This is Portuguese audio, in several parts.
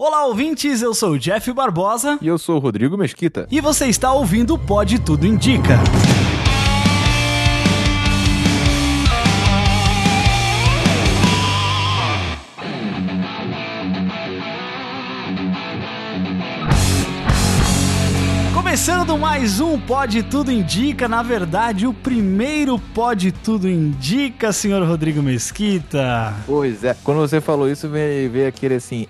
Olá, ouvintes, eu sou o Jeff Barbosa. E eu sou o Rodrigo Mesquita. E você está ouvindo o Pode Tudo Indica. Começando mais um Pode Tudo Indica, na verdade, o primeiro Pode Tudo Indica, senhor Rodrigo Mesquita. Pois é, quando você falou isso, veio aquele assim...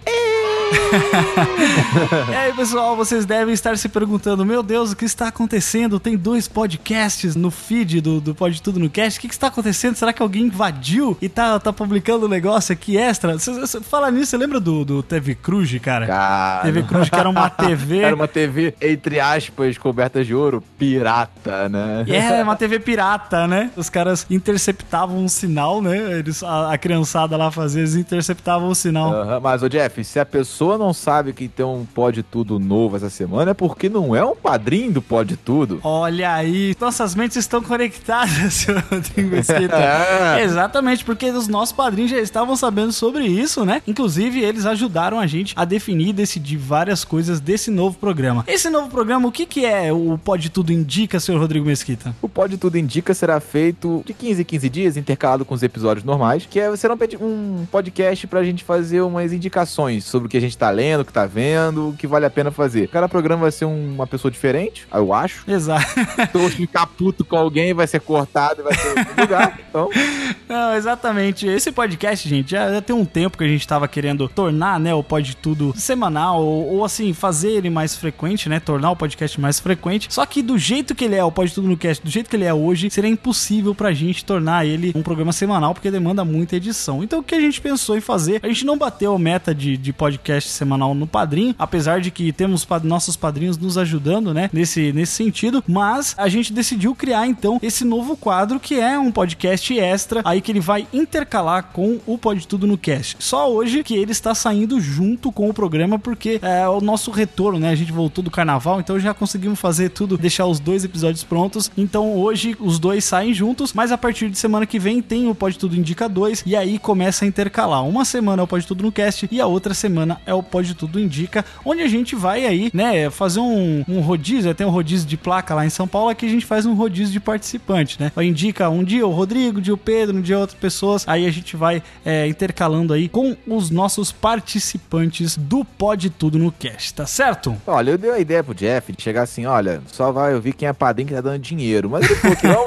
E aí, pessoal, vocês devem estar se perguntando, meu Deus, o que está acontecendo? Tem 2 podcasts no feed do Pode Tudo no Cast, o que está acontecendo? Será que alguém invadiu e tá publicando um negócio aqui extra? Fala nisso, você lembra do TV Cruz, cara? TV Cruz, que era uma TV... Era uma TV, entre aspas, coberta de ouro, pirata, né? É, uma TV pirata, né? Os caras interceptavam um sinal, né? A criançada lá fazia, eles interceptavam o sinal. Mas, ô Jeff, se a pessoa não sabe que tem um Pode Tudo novo essa semana, é porque não é um padrinho do Pode Tudo. Olha aí, nossas mentes estão conectadas, senhor Rodrigo Mesquita. Exatamente, porque os nossos padrinhos já estavam sabendo sobre isso, né? Inclusive, eles ajudaram a gente a definir e decidir várias coisas desse novo programa. Esse novo programa, o que é o Pode Tudo Indica, senhor Rodrigo Mesquita? O Pode Tudo Indica será feito de 15 em 15 dias, intercalado com os episódios normais, que será um podcast pra gente fazer umas indicações sobre o que a gente tá lendo, o que tá vendo, o que vale a pena fazer. Cada programa vai ser uma pessoa diferente, eu acho. Exato. Então, se ficar puto com alguém, vai ser cortado e vai ser em outro lugar. Então... Não, exatamente. Esse podcast, gente, já tem um tempo que a gente tava querendo tornar, né, o Pode Tudo semanal, ou assim, fazer ele mais frequente, né, tornar o podcast mais frequente. Só que do jeito que ele é, o Pode Tudo no Cast, do jeito que ele é hoje, seria impossível pra gente tornar ele um programa semanal, porque demanda muita edição. Então, o que a gente pensou em fazer? A gente não bateu a meta de podcast semanal no Padrim, apesar de que temos nossos padrinhos nos ajudando, né, nesse sentido, mas a gente decidiu criar, então, esse novo quadro, que é um podcast extra, aí que ele vai intercalar com o Pode Tudo no Cast. Só hoje que ele está saindo junto com o programa, porque é o nosso retorno, né, a gente voltou do carnaval, então já conseguimos fazer tudo, deixar os 2 episódios prontos, então hoje os 2 saem juntos, mas a partir de semana que vem tem o Pode Tudo Indica 2, e aí começa a intercalar. Uma semana é o Pode Tudo no Cast, e a outra semana é o Pode Tudo Indica, onde a gente vai aí, né, fazer um rodízio, tem um rodízio de placa lá em São Paulo, aqui a gente faz um rodízio de participante, né, indica um dia o Rodrigo, um dia o Pedro, um dia outras pessoas, aí a gente vai intercalando aí com os nossos participantes do Pode Tudo no Cast, tá certo? Olha, eu dei a ideia pro Jeff de chegar assim, olha, só vai ouvir quem é padrinho que tá dando dinheiro, mas ele falou que não,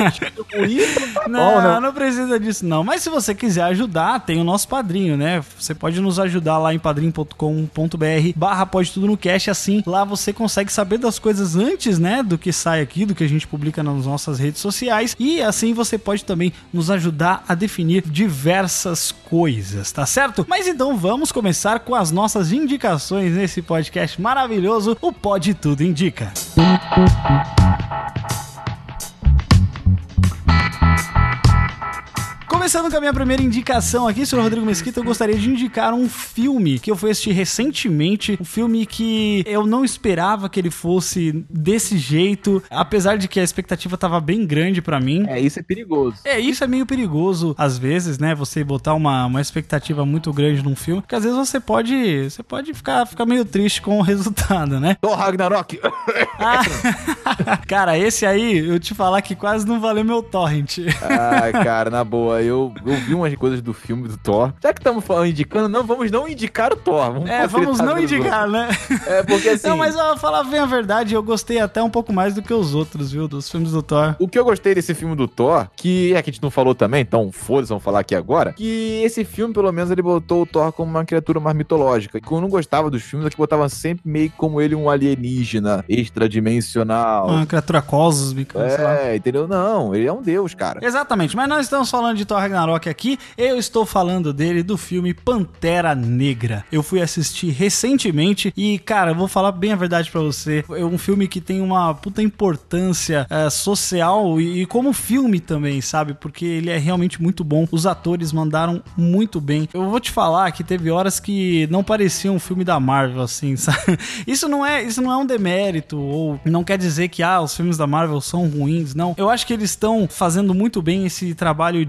tá não, bom, né? Não precisa disso não, mas se você quiser ajudar, tem o nosso padrinho, né, você pode nos ajudar lá em padrim.com.br/Pode Tudo no Cast, assim, lá você consegue saber das coisas antes, né, do que sai aqui, do que a gente publica nas nossas redes sociais, e assim você pode também nos ajudar a definir diversas coisas, tá certo? Mas então vamos começar com as nossas indicações nesse podcast maravilhoso, o Pode Tudo Indica. Começando com a minha primeira indicação aqui, senhor Rodrigo Mesquita, eu gostaria de indicar um filme que eu fui assistir recentemente, um filme que eu não esperava que ele fosse desse jeito, apesar de que a expectativa estava bem grande pra mim. Isso é perigoso. Isso é meio perigoso, às vezes, né, você botar uma expectativa muito grande num filme, porque às vezes você pode ficar meio triste com o resultado, né? Thor Ragnarok! Cara, esse aí, eu te falar que quase não valeu meu torrent. Cara, na boa, eu vi umas coisas do filme do Thor. Já que estamos indicando, vamos não indicar o Thor. Vamos não indicar, né? Porque assim... Não, mas eu falar bem a verdade, eu gostei até um pouco mais do que os outros, viu? Dos filmes do Thor. O que eu gostei desse filme do Thor, que a gente não falou também, então foda-se, vamos falar aqui agora, que esse filme, pelo menos, ele botou o Thor como uma criatura mais mitológica. E quando eu não gostava dos filmes, aqui botava sempre meio como ele um alienígena extradimensional. Uma criatura cósmica, sei lá. Entendeu? Não, ele é um deus, cara. Exatamente, mas nós estamos falando de Thor Ragnarok aqui, eu estou falando dele, do filme Pantera Negra. Eu fui assistir recentemente e, cara, eu vou falar bem a verdade pra você, é um filme que tem uma puta importância social e como filme também, sabe? Porque ele é realmente muito bom, os atores mandaram muito bem. Eu vou te falar que teve horas que não parecia um filme da Marvel, assim, sabe? Isso não é um demérito, ou não quer dizer que os filmes da Marvel são ruins, não. Eu acho que eles estão fazendo muito bem esse trabalho de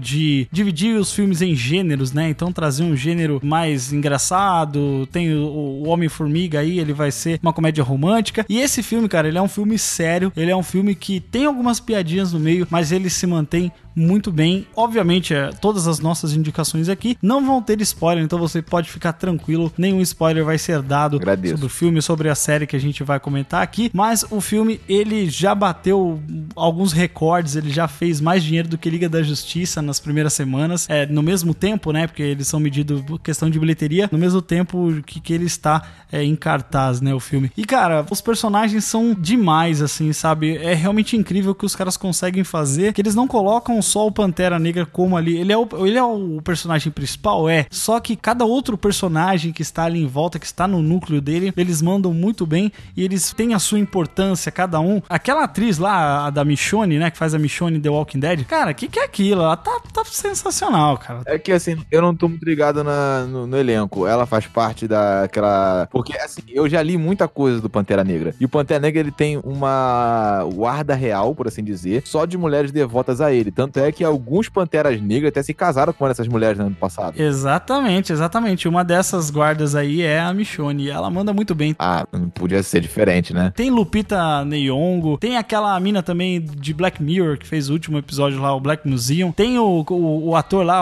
de dividir os filmes em gêneros, né? Então trazer um gênero mais engraçado, tem o Homem-Formiga aí, ele vai ser uma comédia romântica. E esse filme, cara, ele é um filme sério, ele é um filme que tem algumas piadinhas no meio, mas ele se mantém muito bem. Obviamente, todas as nossas indicações aqui não vão ter spoiler, então você pode ficar tranquilo, nenhum spoiler vai ser dado sobre o filme, sobre a série que a gente vai comentar aqui, mas o filme, ele já bateu alguns recordes, ele já fez mais dinheiro do que Liga da Justiça nas primeiras semanas, no mesmo tempo, né, porque eles são medidos questão de bilheteria, no mesmo tempo que ele está em cartaz, né, o filme. E, cara, os personagens são demais, assim, sabe? É realmente incrível o que os caras conseguem fazer, que eles não colocam só o Pantera Negra como ali, ele é o personagem principal, só que cada outro personagem que está ali em volta, que está no núcleo dele, eles mandam muito bem e eles têm a sua importância, cada um. Aquela atriz lá, a da Michonne, né, que faz a Michonne em The Walking Dead, cara, que é aquilo? Ela tá sensacional, cara. É que, assim, eu não tô muito ligado no elenco, ela faz parte daquela... Porque, assim, eu já li muita coisa do Pantera Negra, e o Pantera Negra, ele tem uma guarda real, por assim dizer, só de mulheres devotas a ele, tanto é que alguns Panteras Negras até se casaram com uma dessas mulheres no ano passado. Exatamente. Uma dessas guardas aí é a Michonne, e ela manda muito bem. Ah, não podia ser diferente, né? Tem Lupita Nyong'o, tem aquela mina também de Black Mirror, que fez o último episódio lá, o Black Museum, tem o ator lá,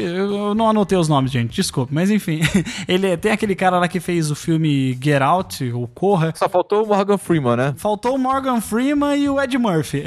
eu não anotei os nomes, gente, desculpa, mas enfim, tem aquele cara lá que fez o filme Get Out, o Corra. Só faltou o Morgan Freeman, né? Faltou o Morgan Freeman e o Ed Murphy.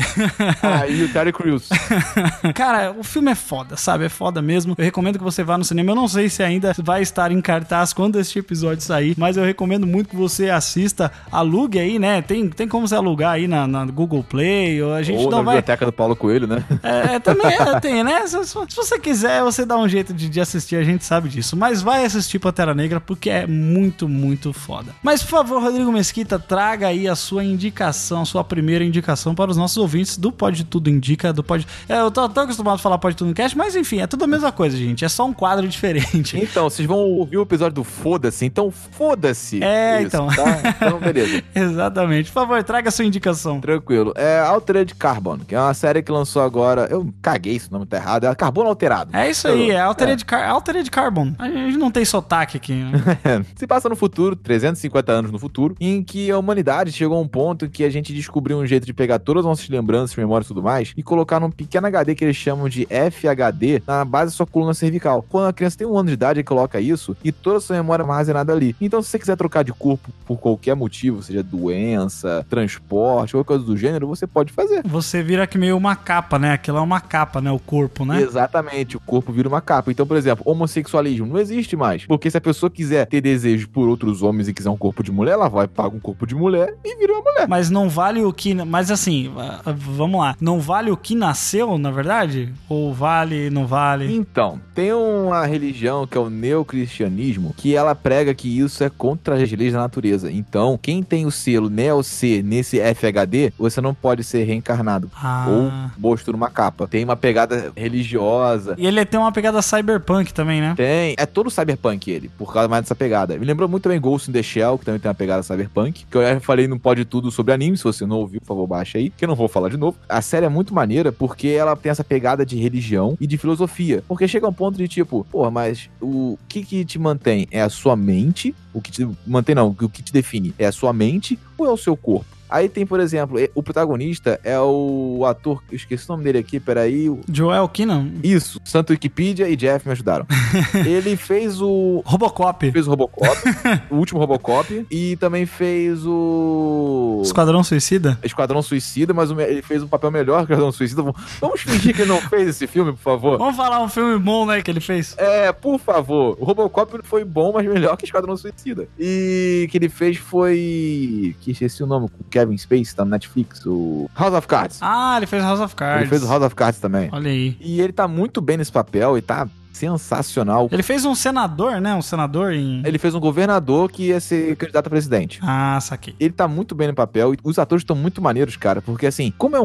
E o Terry Crews. Cara, o filme é foda, sabe? É foda mesmo. Eu recomendo que você vá no cinema. Eu não sei se ainda vai estar em cartaz quando este episódio sair, mas eu recomendo muito que você assista, alugue aí, né? Tem como você alugar aí na Google Play, ou a gente ou não na vai... biblioteca do Paulo Coelho, né? Também tem, né? Se você quiser, você dá um jeito de assistir, a gente sabe disso. Mas vai assistir Pantera Negra porque é muito, muito foda. Mas, por favor, Rodrigo Mesquita, traga aí a sua indicação, a sua primeira indicação para os nossos ouvintes do Pode Tudo Indica, do Pode... Eu tô acostumado a falar Pode Tudo no Cast, mas enfim, é tudo a mesma coisa, gente. É só um quadro diferente. Então, vocês vão ouvir o episódio do Foda-se, então foda-se. Isso, então. Tá? Então, beleza. Exatamente. Por favor, traga a sua indicação. Tranquilo. É Altered Carbon, que é uma série que lançou agora... Eu caguei se o nome tá errado. É Carbono Alterado. É isso aí, é Altered Carbon. A gente não tem sotaque aqui, né? Se passa no futuro, 350 anos no futuro, em que a humanidade chegou a um ponto em que a gente descobriu um jeito de pegar todas as nossas lembranças, memórias e tudo mais, e colocar num pequeno HD que eles chamam de FHD na base da sua coluna cervical. Quando a criança tem 1 ano de idade, ele coloca isso e toda a sua memória é armazenada ali. Então, se você quiser trocar de corpo por qualquer motivo, seja doença, transporte, qualquer coisa do gênero, você pode fazer. Você vira que meio uma capa, né? Aquilo é uma capa, né? O corpo, né? Exatamente, o corpo vira uma capa. Então, por exemplo, homossexualismo não existe mais. Porque se a pessoa quiser ter desejo por outros homens e quiser um corpo de mulher, ela vai, paga um corpo de mulher e vira uma mulher. Mas não vale o que... Mas assim, vamos lá. Não vale o que nasceu, na verdade? Ou vale, não vale? Então, tem uma religião que é o neocristianismo, que ela prega que isso é contra as leis da natureza. Então, quem tem o selo Neo-C nesse FHD, você não pode ser reencarnado ou posto numa capa. Tem uma pegada religiosa. E ele tem uma pegada cyberpunk também, né? Tem. É todo cyberpunk ele, por causa mais dessa pegada. Me lembrou muito também Ghost in the Shell, que também tem uma pegada cyberpunk, que eu já falei no Pode Tudo sobre anime. Se você não ouviu, por favor, baixa aí, que eu não vou falar de novo. A série é muito maneira porque ela tem essa pegada de religião e de filosofia. Porque chega a um ponto de tipo, porra, mas o que te mantém? É a sua mente? O que te mantém, não, o que te define é a sua mente ou é o seu corpo? Aí tem, por exemplo, o protagonista é o ator, eu esqueci o nome dele aqui, peraí. Joel Kinnaman? Isso, Santo Wikipedia e Jeff me ajudaram. Ele fez o... Robocop. Fez o Robocop, o último Robocop, e também fez o... Esquadrão Suicida? Esquadrão Suicida, mas ele fez um papel melhor que o Esquadrão Suicida. Vamos fingir que ele não fez esse filme, por favor? Vamos falar um filme bom, né, que ele fez? Por favor. O Robocop foi bom, mas melhor que Esquadrão Suicida. E que ele fez foi... que esqueci o nome, Kevin Spacey, tá no Netflix, o House of Cards. Ele fez House of Cards. Ele fez o House of Cards também. Olha aí. E ele tá muito bem nesse papel, e tá sensacional. Ele fez um senador, né? Um senador em... Ele fez um governador que ia ser candidato a presidente. Ah, saquei. Ele tá muito bem no papel e os atores estão muito maneiros, cara, porque assim, como é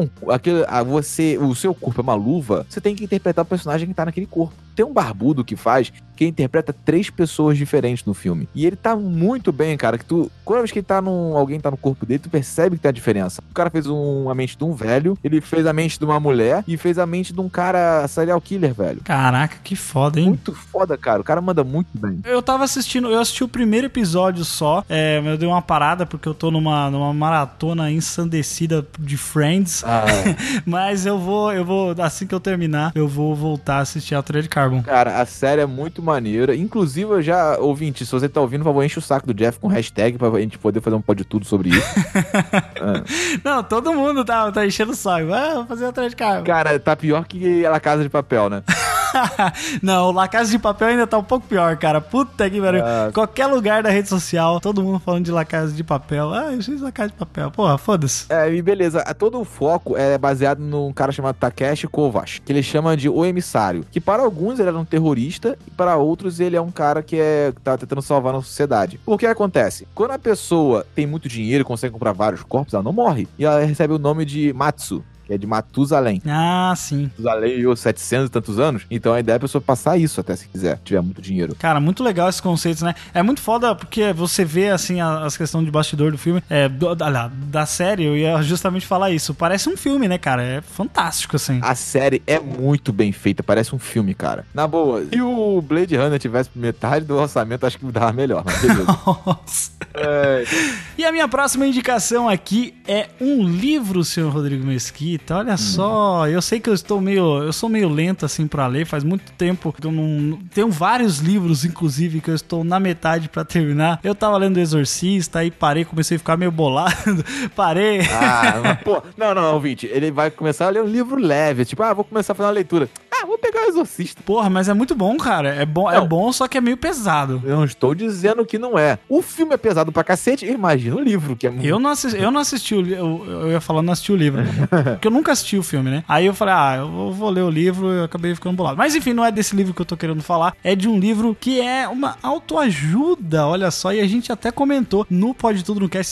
o seu corpo é uma luva, você tem que interpretar o personagem que tá naquele corpo. Tem um barbudo que que interpreta 3 pessoas diferentes no filme. E ele tá muito bem, cara, que cada vez que alguém tá no corpo dele, tu percebe que tem a diferença. O cara fez a mente de um velho, ele fez a mente de uma mulher e fez a mente de um cara serial killer, velho. Caraca, que foda, hein? Muito foda, cara. O cara manda muito bem. Eu assisti o primeiro episódio só, eu dei uma parada porque eu tô numa maratona ensandecida de Friends, mas eu vou, assim que eu terminar, eu vou voltar a assistir Altered Carbon. Cara, a série é muito maneira. Inclusive, eu já, ouvinte, se você tá ouvindo, por favor, enche o saco do Jeff com hashtag pra gente poder fazer um pode tudo sobre isso. Não, todo mundo tá enchendo o saco. Vou fazer Altered Carbon. Cara, tá pior que La Casa de Papel, né? Não, La Casa de Papel ainda tá um pouco pior, cara. Puta que pariu. Qualquer lugar da rede social, todo mundo falando de La Casa de Papel. Eu fiz La Casa de Papel. Porra, foda-se. E beleza. Todo o foco é baseado num cara chamado Takeshi Kovacs, que ele chama de O Emissário. Que para alguns ele era um terrorista e para outros ele é um cara que tá tentando salvar a sociedade. O que acontece? Quando a pessoa tem muito dinheiro e consegue comprar vários corpos, ela não morre. E ela recebe o nome de Matsu, que é de Matusalém. Ah, sim. Matusalém viveu 700 e tantos anos, então a ideia é a pessoa passar isso até se quiser, tiver muito dinheiro. Cara, muito legal esses conceitos, né? É muito foda porque você vê, assim, as questões de bastidor do filme, da série, eu ia justamente falar isso. Parece um filme, né, cara? É fantástico, assim. A série é muito bem feita, parece um filme, cara. Na boa, se o Blade Runner tivesse metade do orçamento, acho que dava melhor, mas beleza. Nossa. E a minha próxima indicação aqui é um livro, senhor Rodrigo Mesquita. Olha só, eu sei que eu sou meio lento assim pra ler, faz muito tempo que eu não... Tenho vários livros, inclusive, que eu estou na metade pra terminar. Eu tava lendo Exorcista, aí parei, comecei a ficar meio bolado, parei. Não, ouvinte, ele vai começar a ler um livro leve, tipo, vou começar a fazer uma leitura. Vou pegar o Exorcista. Porra, mas é muito bom, cara. É bom, só que é meio pesado. Eu não estou dizendo que não é. O filme é pesado pra cacete, imagina o livro, que é muito... Eu não assisti eu ia falar, não assisti o livro. Porque eu nunca assisti o filme, né? Aí eu falei, eu vou ler o livro e eu acabei ficando bolado. Mas enfim, não é desse livro que eu tô querendo falar. É de um livro que é uma autoajuda, olha só. E a gente até comentou no Pode Tudo no Cast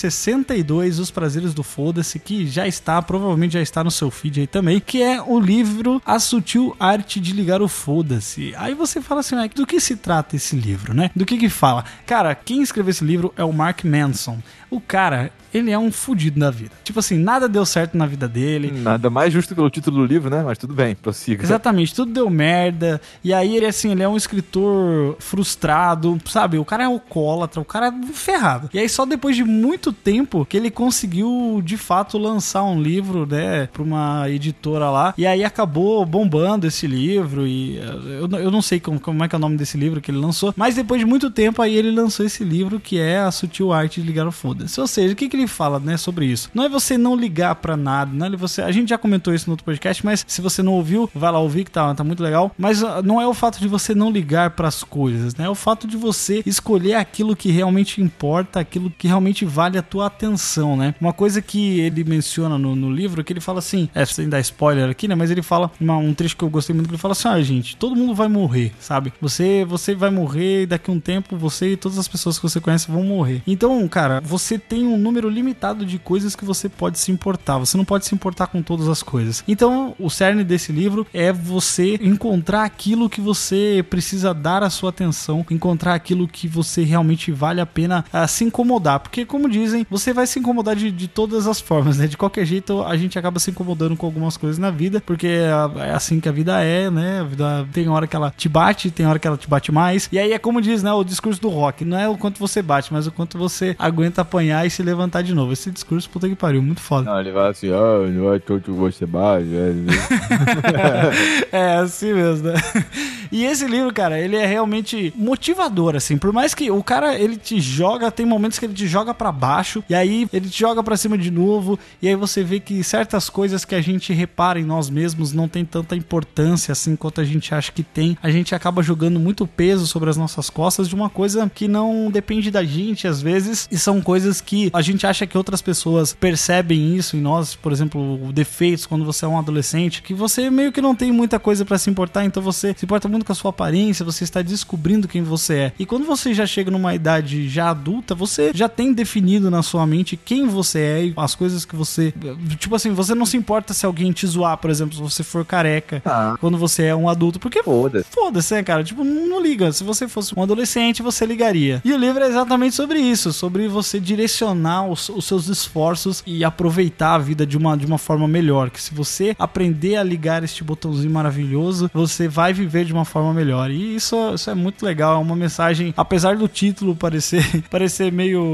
62, Os Prazeres do Foda-se, que provavelmente já está no seu feed aí também, que é o livro A Sutil Arte de Ligar o Foda-se. Aí você fala assim, do que se trata esse livro, né? Do que fala? Cara, quem escreveu esse livro é o Mark Manson. O cara, ele é um fudido da vida. Tipo assim, nada deu certo na vida dele. Nada mais justo pelo título do livro, né? Mas tudo bem, prossiga. Exatamente, tudo deu merda. E aí ele é um escritor frustrado, sabe? O cara é alcoólatra, o cara é ferrado. E aí só depois de muito tempo que ele conseguiu, de fato, lançar um livro, né? Pra uma editora lá. E aí acabou bombando esse livro. E eu não sei como é que é o nome desse livro que ele lançou. Mas depois de muito tempo aí ele lançou esse livro que é A Sutil Arte de Ligar o Foda-se. Ou seja, o que ele fala, né, sobre isso? Não é você não ligar pra nada, não é você... A gente já comentou isso no outro podcast, mas se você não ouviu, vai lá ouvir que tá muito legal. Mas não é o fato de você não ligar pras coisas, né? É o fato de você escolher aquilo que realmente importa, aquilo que realmente vale a tua atenção, né? Uma coisa que ele menciona no livro, que ele fala assim, sem dar spoiler aqui, né? Mas ele fala, um trecho que eu gostei muito, que ele fala assim, gente, todo mundo vai morrer, sabe? Você vai morrer e daqui a um tempo você e todas as pessoas que você conhece vão morrer. Então, cara, você tem um número limitado de coisas que você pode se importar. Você não pode se importar com todas as coisas. Então, o cerne desse livro é você encontrar aquilo que você precisa dar a sua atenção, encontrar aquilo que você realmente vale a pena se incomodar. Porque, como dizem, você vai se incomodar de todas as formas, né? De qualquer jeito, a gente acaba se incomodando com algumas coisas na vida, porque é assim que a vida é, né? A vida tem hora que ela te bate, tem hora que ela te bate mais. E aí é como diz, né? O discurso do rock. Não é o quanto você bate, mas o quanto você aguenta apanhar e se levantar de novo. Esse discurso, puta que pariu, muito foda. Não, ele fala assim, não é todo que você bate. É assim mesmo, né? E esse livro, cara, ele é realmente motivador, assim. Por mais que o cara, ele te joga, tem momentos que ele te joga pra baixo, e aí ele te joga pra cima de novo, e aí você vê que certas coisas que a gente repara em nós mesmos não tem tanta importância, assim, quanto a gente acha que tem. A gente acaba jogando muito peso sobre as nossas costas de uma coisa que não depende da gente, às vezes, e são coisas que a gente acha que outras pessoas percebem isso em nós, por exemplo, defeitos quando você é um adolescente, que você meio que não tem muita coisa pra se importar, então você se importa muito experimentando com a sua aparência, você está descobrindo quem você é. E quando você já chega numa idade já adulta, você já tem definido na sua mente quem você é e as coisas que você... Tipo assim, você não se importa se alguém te zoar, por exemplo, se você for careca, quando você é um adulto, porque foda-se, né, cara? Tipo, não liga. Se você fosse um adolescente, você ligaria. E o livro é exatamente sobre isso, sobre você direcionar os seus esforços e aproveitar a vida de uma forma melhor, que se você aprender a ligar este botãozinho maravilhoso, você vai viver de uma forma melhor. E isso é muito legal, é uma mensagem, apesar do título parecer meio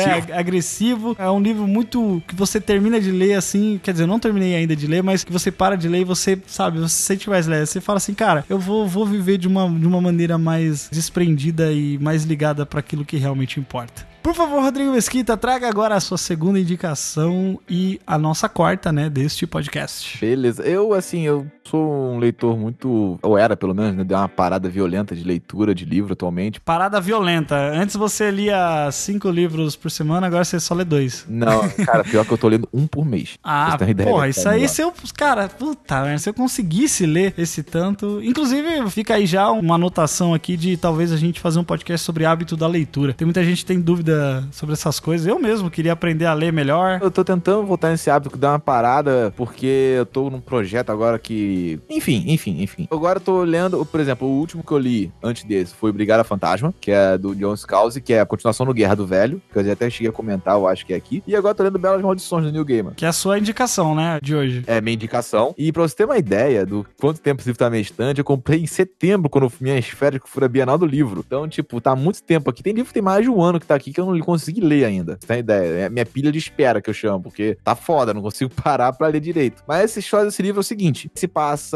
agressivo, é um livro muito que você termina de ler assim, quer dizer, eu não terminei ainda de ler, mas que você para de ler e você, sabe, você se sente mais leve, você fala assim, cara, eu vou viver de uma maneira mais desprendida e mais ligada para aquilo que realmente importa. Por favor, Rodrigo Mesquita, traga agora a sua segunda indicação e a nossa quarta, né, deste podcast. Beleza. Eu sou um leitor muito... Ou era, pelo menos, né? Deu uma parada violenta de leitura de livro atualmente. Parada violenta. Antes você lia 5 livros por semana, agora você só lê 2. Não, cara, pior que eu tô lendo 1 por mês. Porra, isso aí se eu... Cara, puta, se eu conseguisse ler esse tanto... Inclusive, fica aí já uma anotação aqui de talvez a gente fazer um podcast sobre hábito da leitura. Tem muita gente que tem dúvida sobre essas coisas. Eu mesmo queria aprender a ler melhor. Eu tô tentando voltar nesse hábito, dar uma parada, porque eu tô num projeto agora que... Enfim. Agora eu tô lendo, por exemplo, o último que eu li antes desse foi Brigada Fantasma, que é do John Scalzi, que é a continuação do Guerra do Velho, que eu até cheguei a comentar, eu acho que é aqui. E agora eu tô lendo Belas Maldições do Neil Gaiman. Que é a sua indicação, né, de hoje. É, minha indicação. E pra você ter uma ideia do quanto tempo esse livro tá na minha estante, eu comprei em setembro, quando minhas férias foram a Bienal do Livro. Então, tipo, tá há muito tempo aqui. Tem livro que tem mais de 1 ano que tá aqui que eu não consegui ler ainda. Você tem ideia? É minha pilha de espera que eu chamo, porque tá foda, não consigo parar pra ler direito. Mas essa história desse livro é o seguinte: se passa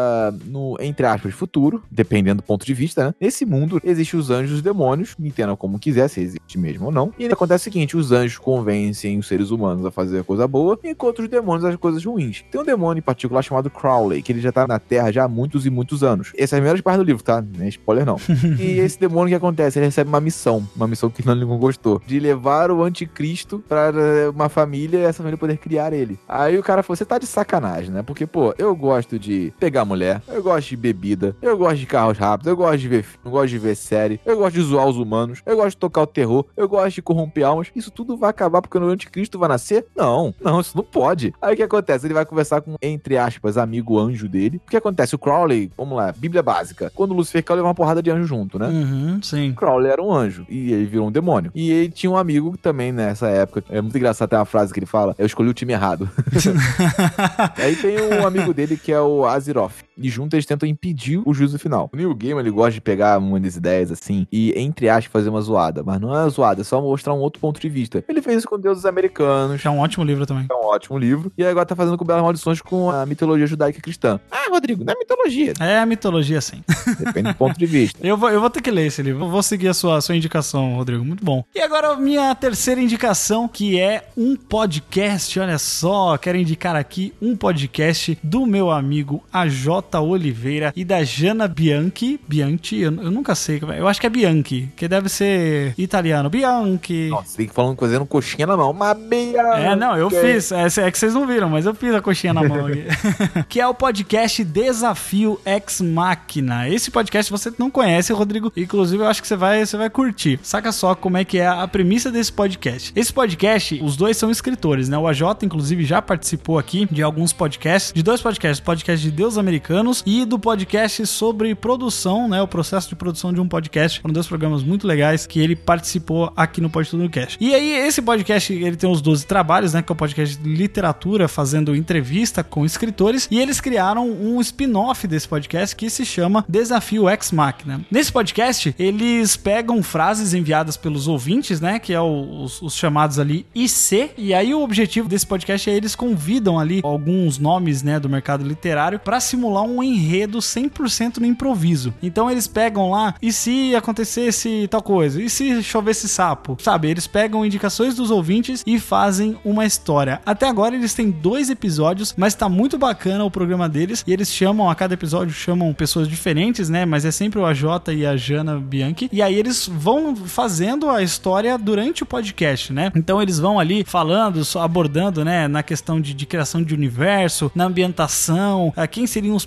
no, entre aspas, futuro, dependendo do ponto de vista, né? Nesse mundo existem os anjos e os demônios, entenda como quiser, se existe mesmo ou não. E acontece o seguinte: os anjos convencem os seres humanos a fazer a coisa boa, enquanto os demônios as coisas ruins. Tem um demônio em particular chamado Crowley, que ele já tá na Terra já há muitos e muitos anos. Essa é a primeira parte do livro, tá? Não é spoiler não. E esse demônio, que acontece? Ele recebe uma missão que não gostou, de levar o anticristo pra uma família e essa família poder criar ele. Aí o cara falou: você tá de sacanagem, né? Porque, pô, eu gosto de pegar mulher, eu gosto de bebida, eu gosto de carros rápidos, eu gosto de ver filme, eu gosto de ver série, eu gosto de zoar os humanos, eu gosto de tocar o terror, eu gosto de corromper almas. Isso tudo vai acabar porque o anticristo vai nascer? Não, isso não pode. Aí o que acontece? Ele vai conversar com, entre aspas, amigo anjo dele. O que acontece? O Crowley, vamos lá, Bíblia básica. Quando o Lucifer caiu, levou uma porrada de anjo junto, né? Sim. O Crowley era um anjo e ele virou um demônio. E ele tinha um amigo também nessa época. É muito engraçado até uma frase que ele fala: eu escolhi o time errado. Aí tem um amigo dele que é o Aziroth. E juntos eles tentam impedir o juízo final. O Neil Gaiman, ele gosta de pegar uma das ideias assim e, entre aspas, fazer uma zoada. Mas não é uma zoada, é só mostrar um outro ponto de vista. Ele fez isso com Deuses Americanos. Que é um ótimo livro também. É um ótimo livro. E agora tá fazendo com Belas Maldições com a mitologia judaica cristã. Ah, Rodrigo, não é mitologia. É a mitologia, sim. Depende do ponto de vista. Eu vou ter que ler esse livro. Eu vou seguir a sua indicação, Rodrigo. Muito bom. E agora a minha terceira indicação, que é um podcast. Olha só, quero indicar aqui um podcast do meu amigo AJ Oliveira e da Jana Bianchi. Eu nunca sei. Eu acho que é Bianchi, que deve ser italiano. Bianchi. Nossa, você tem que falar fazendo coxinha na mão. Uma Bianchi. Não, eu fiz. É que vocês não viram, mas eu fiz a coxinha na mão aqui. Que é o podcast Desafio Ex Machina. Esse podcast você não conhece, Rodrigo. Inclusive, eu acho que você vai curtir. Saca só como é que é a premissa desse podcast. Esse podcast, os dois são escritores, né? O AJ, inclusive, já participou aqui de alguns podcasts, de 2 podcasts, o podcast de Deuses Americanos e do podcast sobre produção, né? O processo de produção de um podcast. Foram 2 programas muito legais que ele participou aqui no Pode Tudo no Cast. E aí, esse podcast, ele tem os 12 trabalhos, né? Que é o podcast de literatura, fazendo entrevista com escritores. E eles criaram um spin-off desse podcast que se chama Desafio Ex Machina. Nesse podcast, eles pegam frases enviadas pelos ouvintes, né? Que é os chamados ali IC. E aí, o objetivo desse podcast é eles convidam ali alguns nomes, né? Do mercado literário para simular um enredo 100% no improviso. Então, eles pegam lá, e se acontecesse tal coisa? E se chovesse sapo? Sabe? Eles pegam indicações dos ouvintes e fazem uma história. Até agora, eles têm 2 episódios, mas tá muito bacana o programa deles. E eles chamam, a cada episódio, chamam pessoas diferentes, né? Mas é sempre o AJ e a Jana Bianchi. E aí, eles vão fazendo a história durante o podcast, né? Então, eles vão ali falando, abordando, né? Na questão de criação de universo, na ambientação, quem seriam os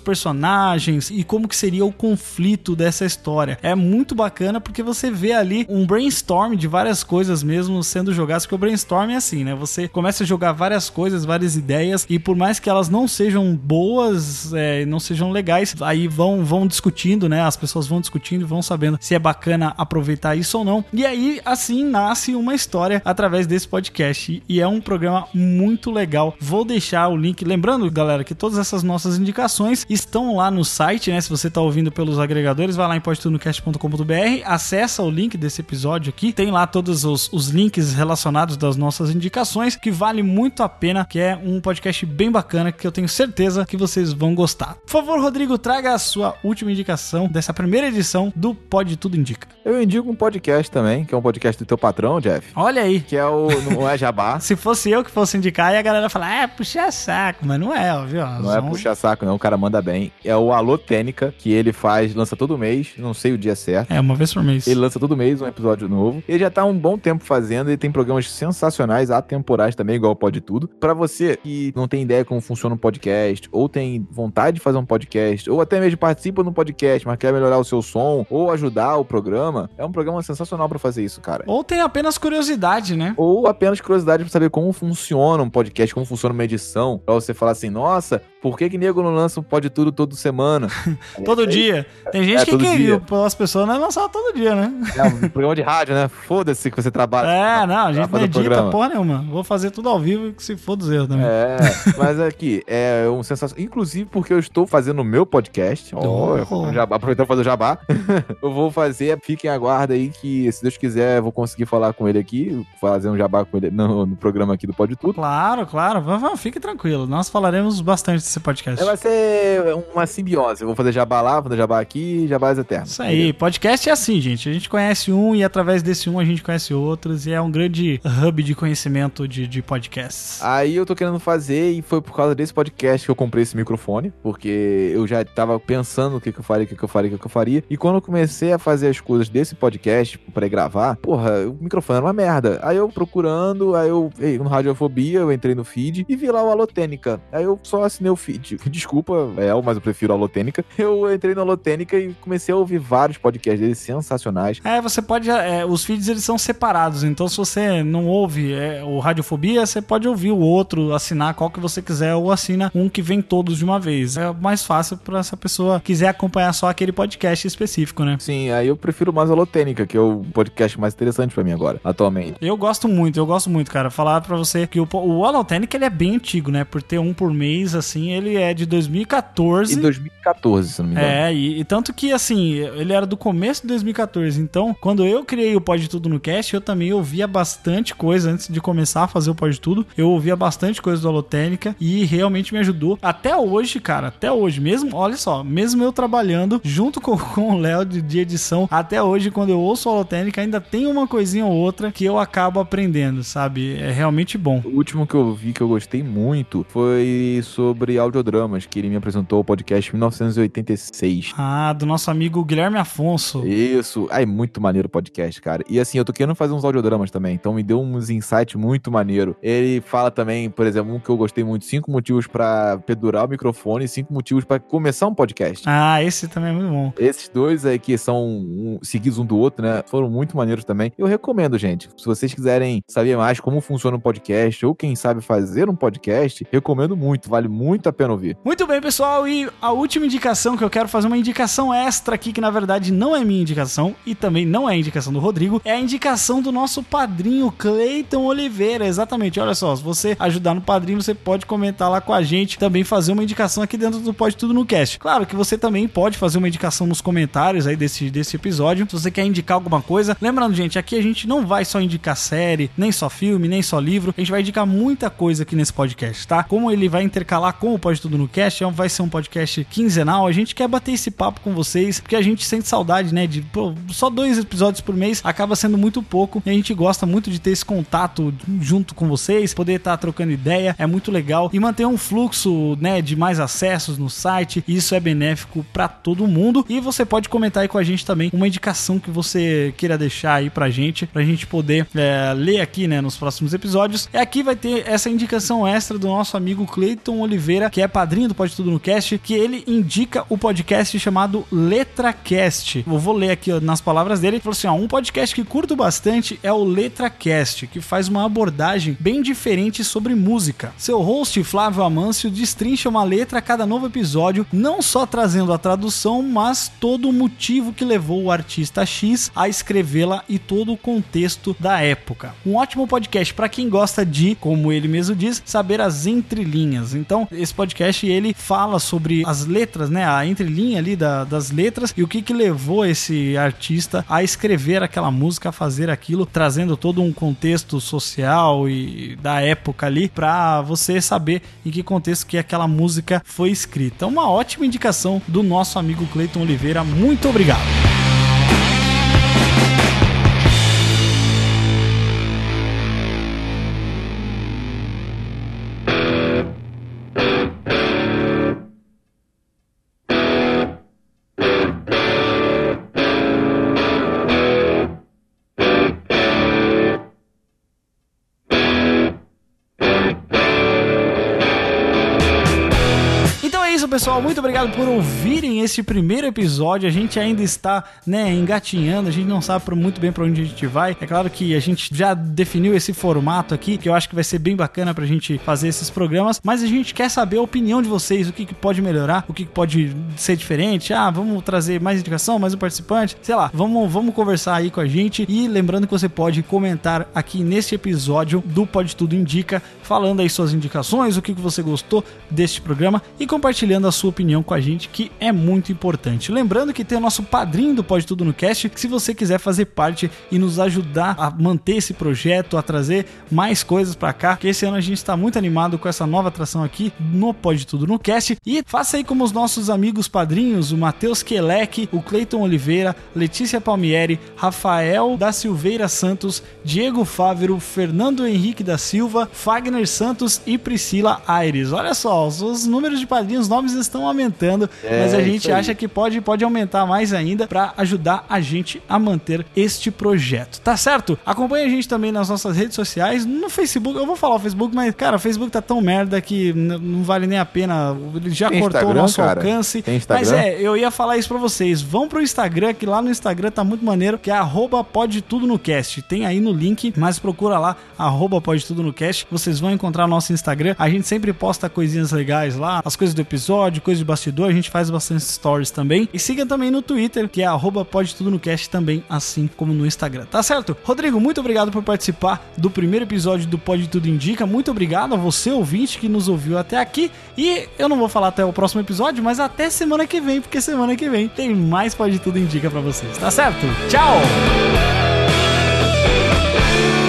personagens e como que seria o conflito dessa história. É muito bacana porque você vê ali um brainstorm de várias coisas mesmo sendo jogadas, porque o brainstorm é assim, né? Você começa a jogar várias coisas, várias ideias, e por mais que elas não sejam boas, não sejam legais, aí vão discutindo, né? As pessoas vão discutindo e vão sabendo se é bacana aproveitar isso ou não. E aí, assim, nasce uma história através desse podcast. E é um programa muito legal. Vou deixar o link. Lembrando, galera, que todas essas nossas indicações estão lá no site, né? Se você tá ouvindo pelos agregadores, vai lá em podtudonocast.com.br, acessa o link desse episódio aqui. Tem lá todos os links relacionados das nossas indicações, que vale muito a pena, que é um podcast bem bacana, que eu tenho certeza que vocês vão gostar. Por favor, Rodrigo, traga a sua última indicação dessa primeira edição do Pode Tudo Indica. Eu indico um podcast também, que é um podcast do teu patrão, Jeff. Olha aí. Que é não é jabá. Se fosse eu que fosse indicar, aí a galera fala, puxa saco, mas não é, óbvio. Não é puxar saco, não, o cara manda bem. É o Alô Tênica, que ele lança todo mês, não sei o dia certo. Uma vez por mês. Ele lança todo mês um episódio novo. Ele já tá há um bom tempo fazendo, ele tem programas sensacionais, atemporais também, igual o Pode Tudo. Pra você que não tem ideia como funciona um podcast, ou tem vontade de fazer um podcast, ou até mesmo participa de um podcast, mas quer melhorar o seu som, ou ajudar o programa, é um programa sensacional pra fazer isso, cara. Ou tem apenas curiosidade, né? Ou apenas curiosidade pra saber como funciona um podcast, como funciona uma edição, pra você falar assim, nossa, por que nego não lança um Pode Tudo toda semana? Todo dia. Tem gente que as pessoas não lançam todo dia, né? Um programa de rádio, né? Foda-se que você trabalha. Não, a gente não edita porra nenhuma. Vou fazer tudo ao vivo e que se foda os erros também. Mas aqui, é um sensacional. Inclusive porque eu estou fazendo o meu podcast. Aproveitando pra fazer o jabá. Eu vou fazer, fiquem aguarda aí que, se Deus quiser, eu vou conseguir falar com ele aqui, fazer um jabá com ele no programa aqui do Pode Tudo. Claro. Fique tranquilo. Nós falaremos bastante desse podcast. Vai ser uma simbiose. Eu vou fazer jabá lá, vou fazer jabá aqui, jabás eternos. Isso aí. Podcast é assim, gente. A gente conhece um e através desse um a gente conhece outros e é um grande hub de conhecimento de podcasts. Aí eu tô querendo fazer e foi por causa desse podcast que eu comprei esse microfone, porque eu já tava pensando o que eu faria. E quando eu comecei a fazer as coisas desse podcast pra ir gravar, porra, o microfone era uma merda. Aí eu procurando, no Radiofobia, eu entrei no feed e vi lá o Alotênica. Aí eu só assinei o feed. Desculpa, mas eu prefiro a Alotênica. Eu entrei no Alotênica e comecei a ouvir vários podcasts deles sensacionais. Você pode... os feeds, eles são separados. Então, se você não ouve o Radiofobia, você pode ouvir o outro, assinar qual que você quiser, ou assina um que vem todos de uma vez. É mais fácil pra essa pessoa quiser acompanhar só aquele podcast específico, né? Sim, aí eu prefiro mais a Alotênica, que é o podcast mais interessante pra mim agora, atualmente. Eu gosto muito, cara. Falar pra você que o Alotênica, ele é bem antigo, né? Por ter um por mês, assim, ele é de 2014. E 2014, se não me engano. E tanto que, assim, ele era do começo de 2014. Então, quando eu criei o Pode Tudo no Cast, eu também ouvia bastante coisa antes de começar a fazer o Pode Tudo. Eu ouvia bastante coisa do Alotênica e realmente me ajudou. Até hoje, cara, mesmo, olha só, mesmo eu trabalhando junto com o Léo de edição, até hoje, quando eu ouço o Alotênica, ainda tem uma coisinha ou outra que eu acabo aprendendo, sabe? É realmente bom. O último que eu vi que eu gostei muito foi sobre audiodramas, que ele me apresentou o podcast 1986. Do nosso amigo Guilherme Afonso. Isso. Muito maneiro o podcast, cara. E assim, eu tô querendo fazer uns audiodramas também, então me deu uns insights muito maneiro. Ele fala também, por exemplo, um que eu gostei muito, 5 motivos pra pendurar o microfone e 5 motivos pra começar um podcast. Esse também é muito bom. Esses dois aí que são seguidos um do outro, né, foram muito maneiros também. Eu recomendo, gente. Se vocês quiserem saber mais como funciona um podcast, ou quem sabe fazer um podcast, recomendo muito. Vale muito a pena ouvir. Muito bem, pessoal. E a última indicação que eu quero fazer, uma indicação extra aqui, que na verdade não é minha indicação e também não é a indicação do Rodrigo, é a indicação do nosso padrinho Cleiton Oliveira. Exatamente. Olha só, se você ajudar no padrinho, você pode comentar lá com a gente, também fazer uma indicação aqui dentro do Pode Tudo no Cast. Claro que você também pode fazer uma indicação nos comentários aí desse episódio, se você quer indicar alguma coisa. Lembrando, gente, aqui a gente não vai só indicar série, nem só filme, nem só livro, a gente vai indicar muita coisa aqui nesse podcast, tá? Como ele vai intercalar com o Pode Tudo no Cast, vai ser um podcast quinzenal, a gente quer bater esse papo com vocês, porque a gente sente saudade, né, de só 2 episódios por mês, acaba sendo muito pouco, e a gente gosta muito de ter esse contato junto com vocês, poder estar trocando ideia, é muito legal, e manter um fluxo, né, de mais acessos no site, isso é benéfico pra todo mundo, e você pode comentar aí com a gente também uma indicação que você queira deixar aí pra gente poder ler aqui, né, nos próximos episódios. E aqui vai ter essa indicação extra do nosso amigo Cleiton Oliveira, que é padrinho do Pode Tudo no Cast. podcast, que ele indica o podcast chamado LetraCast. Eu vou ler aqui nas palavras dele. Ele falou assim, um podcast que curto bastante é o LetraCast, que faz uma abordagem bem diferente sobre música. Seu host, Flávio Amâncio, destrincha uma letra a cada novo episódio, não só trazendo a tradução, mas todo o motivo que levou o artista X a escrevê-la e todo o contexto da época. Um ótimo podcast para quem gosta de, como ele mesmo diz, saber as entrelinhas. Então, esse podcast, ele fala sobre as letras, né? A entrelinha ali das letras e o que levou esse artista a escrever aquela música, a fazer aquilo, trazendo todo um contexto social e da época ali, para você saber em que contexto que aquela música foi escrita. Uma ótima indicação do nosso amigo Cleiton Oliveira. Muito obrigado. Pessoal, muito obrigado por ouvirem esse primeiro episódio. A gente ainda está, engatinhando, a gente não sabe muito bem para onde a gente vai. É claro que a gente já definiu esse formato aqui, que eu acho que vai ser bem bacana pra gente fazer esses programas, mas a gente quer saber a opinião de vocês, o que pode melhorar, o que pode ser diferente. Vamos trazer mais indicação, mais um participante, sei lá, vamos conversar aí com a gente. E lembrando que você pode comentar aqui neste episódio do Pode Tudo Indica, falando aí suas indicações, o que você gostou deste programa e compartilhando a sua opinião com a gente, que é muito importante. Lembrando que tem o nosso padrinho do Pode Tudo no Cast, que se você quiser fazer parte e nos ajudar a manter esse projeto, a trazer mais coisas pra cá, que esse ano a gente tá muito animado com essa nova atração aqui no Pode Tudo no Cast. E faça aí como os nossos amigos padrinhos, o Matheus Kelec, o Cleiton Oliveira, Letícia Palmieri, Rafael da Silveira Santos, Diego Fávero, Fernando Henrique da Silva, Fagner Santos e Priscila Aires. Olha só, os números de padrinhos, os nomes estão aumentando, mas a gente acha que pode aumentar mais ainda para ajudar a gente a manter este projeto, tá certo? Acompanhe a gente também nas nossas redes sociais, no Facebook. Eu vou falar o Facebook, mas cara, o Facebook tá tão merda que não vale nem a pena. Ele já cortou Instagram, o nosso alcance. Mas eu ia falar isso pra vocês. Vão pro Instagram, que lá no Instagram tá muito maneiro, que é @podetudonocast. Tem aí no link, mas procura lá @podetudonocast. Vocês vão encontrar o nosso Instagram. A gente sempre posta coisinhas legais lá, as coisas do episódio, coisa de bastidor, a gente faz bastante stories também. E siga também no Twitter, que é @podetudonocast também, assim como no Instagram, tá certo? Rodrigo, muito obrigado por participar do primeiro episódio do Pode Tudo Indica. Muito obrigado a você, ouvinte, que nos ouviu até aqui. E eu não vou falar até o próximo episódio, mas até semana que vem, porque semana que vem tem mais Pode Tudo Indica pra vocês, tá certo? Tchau!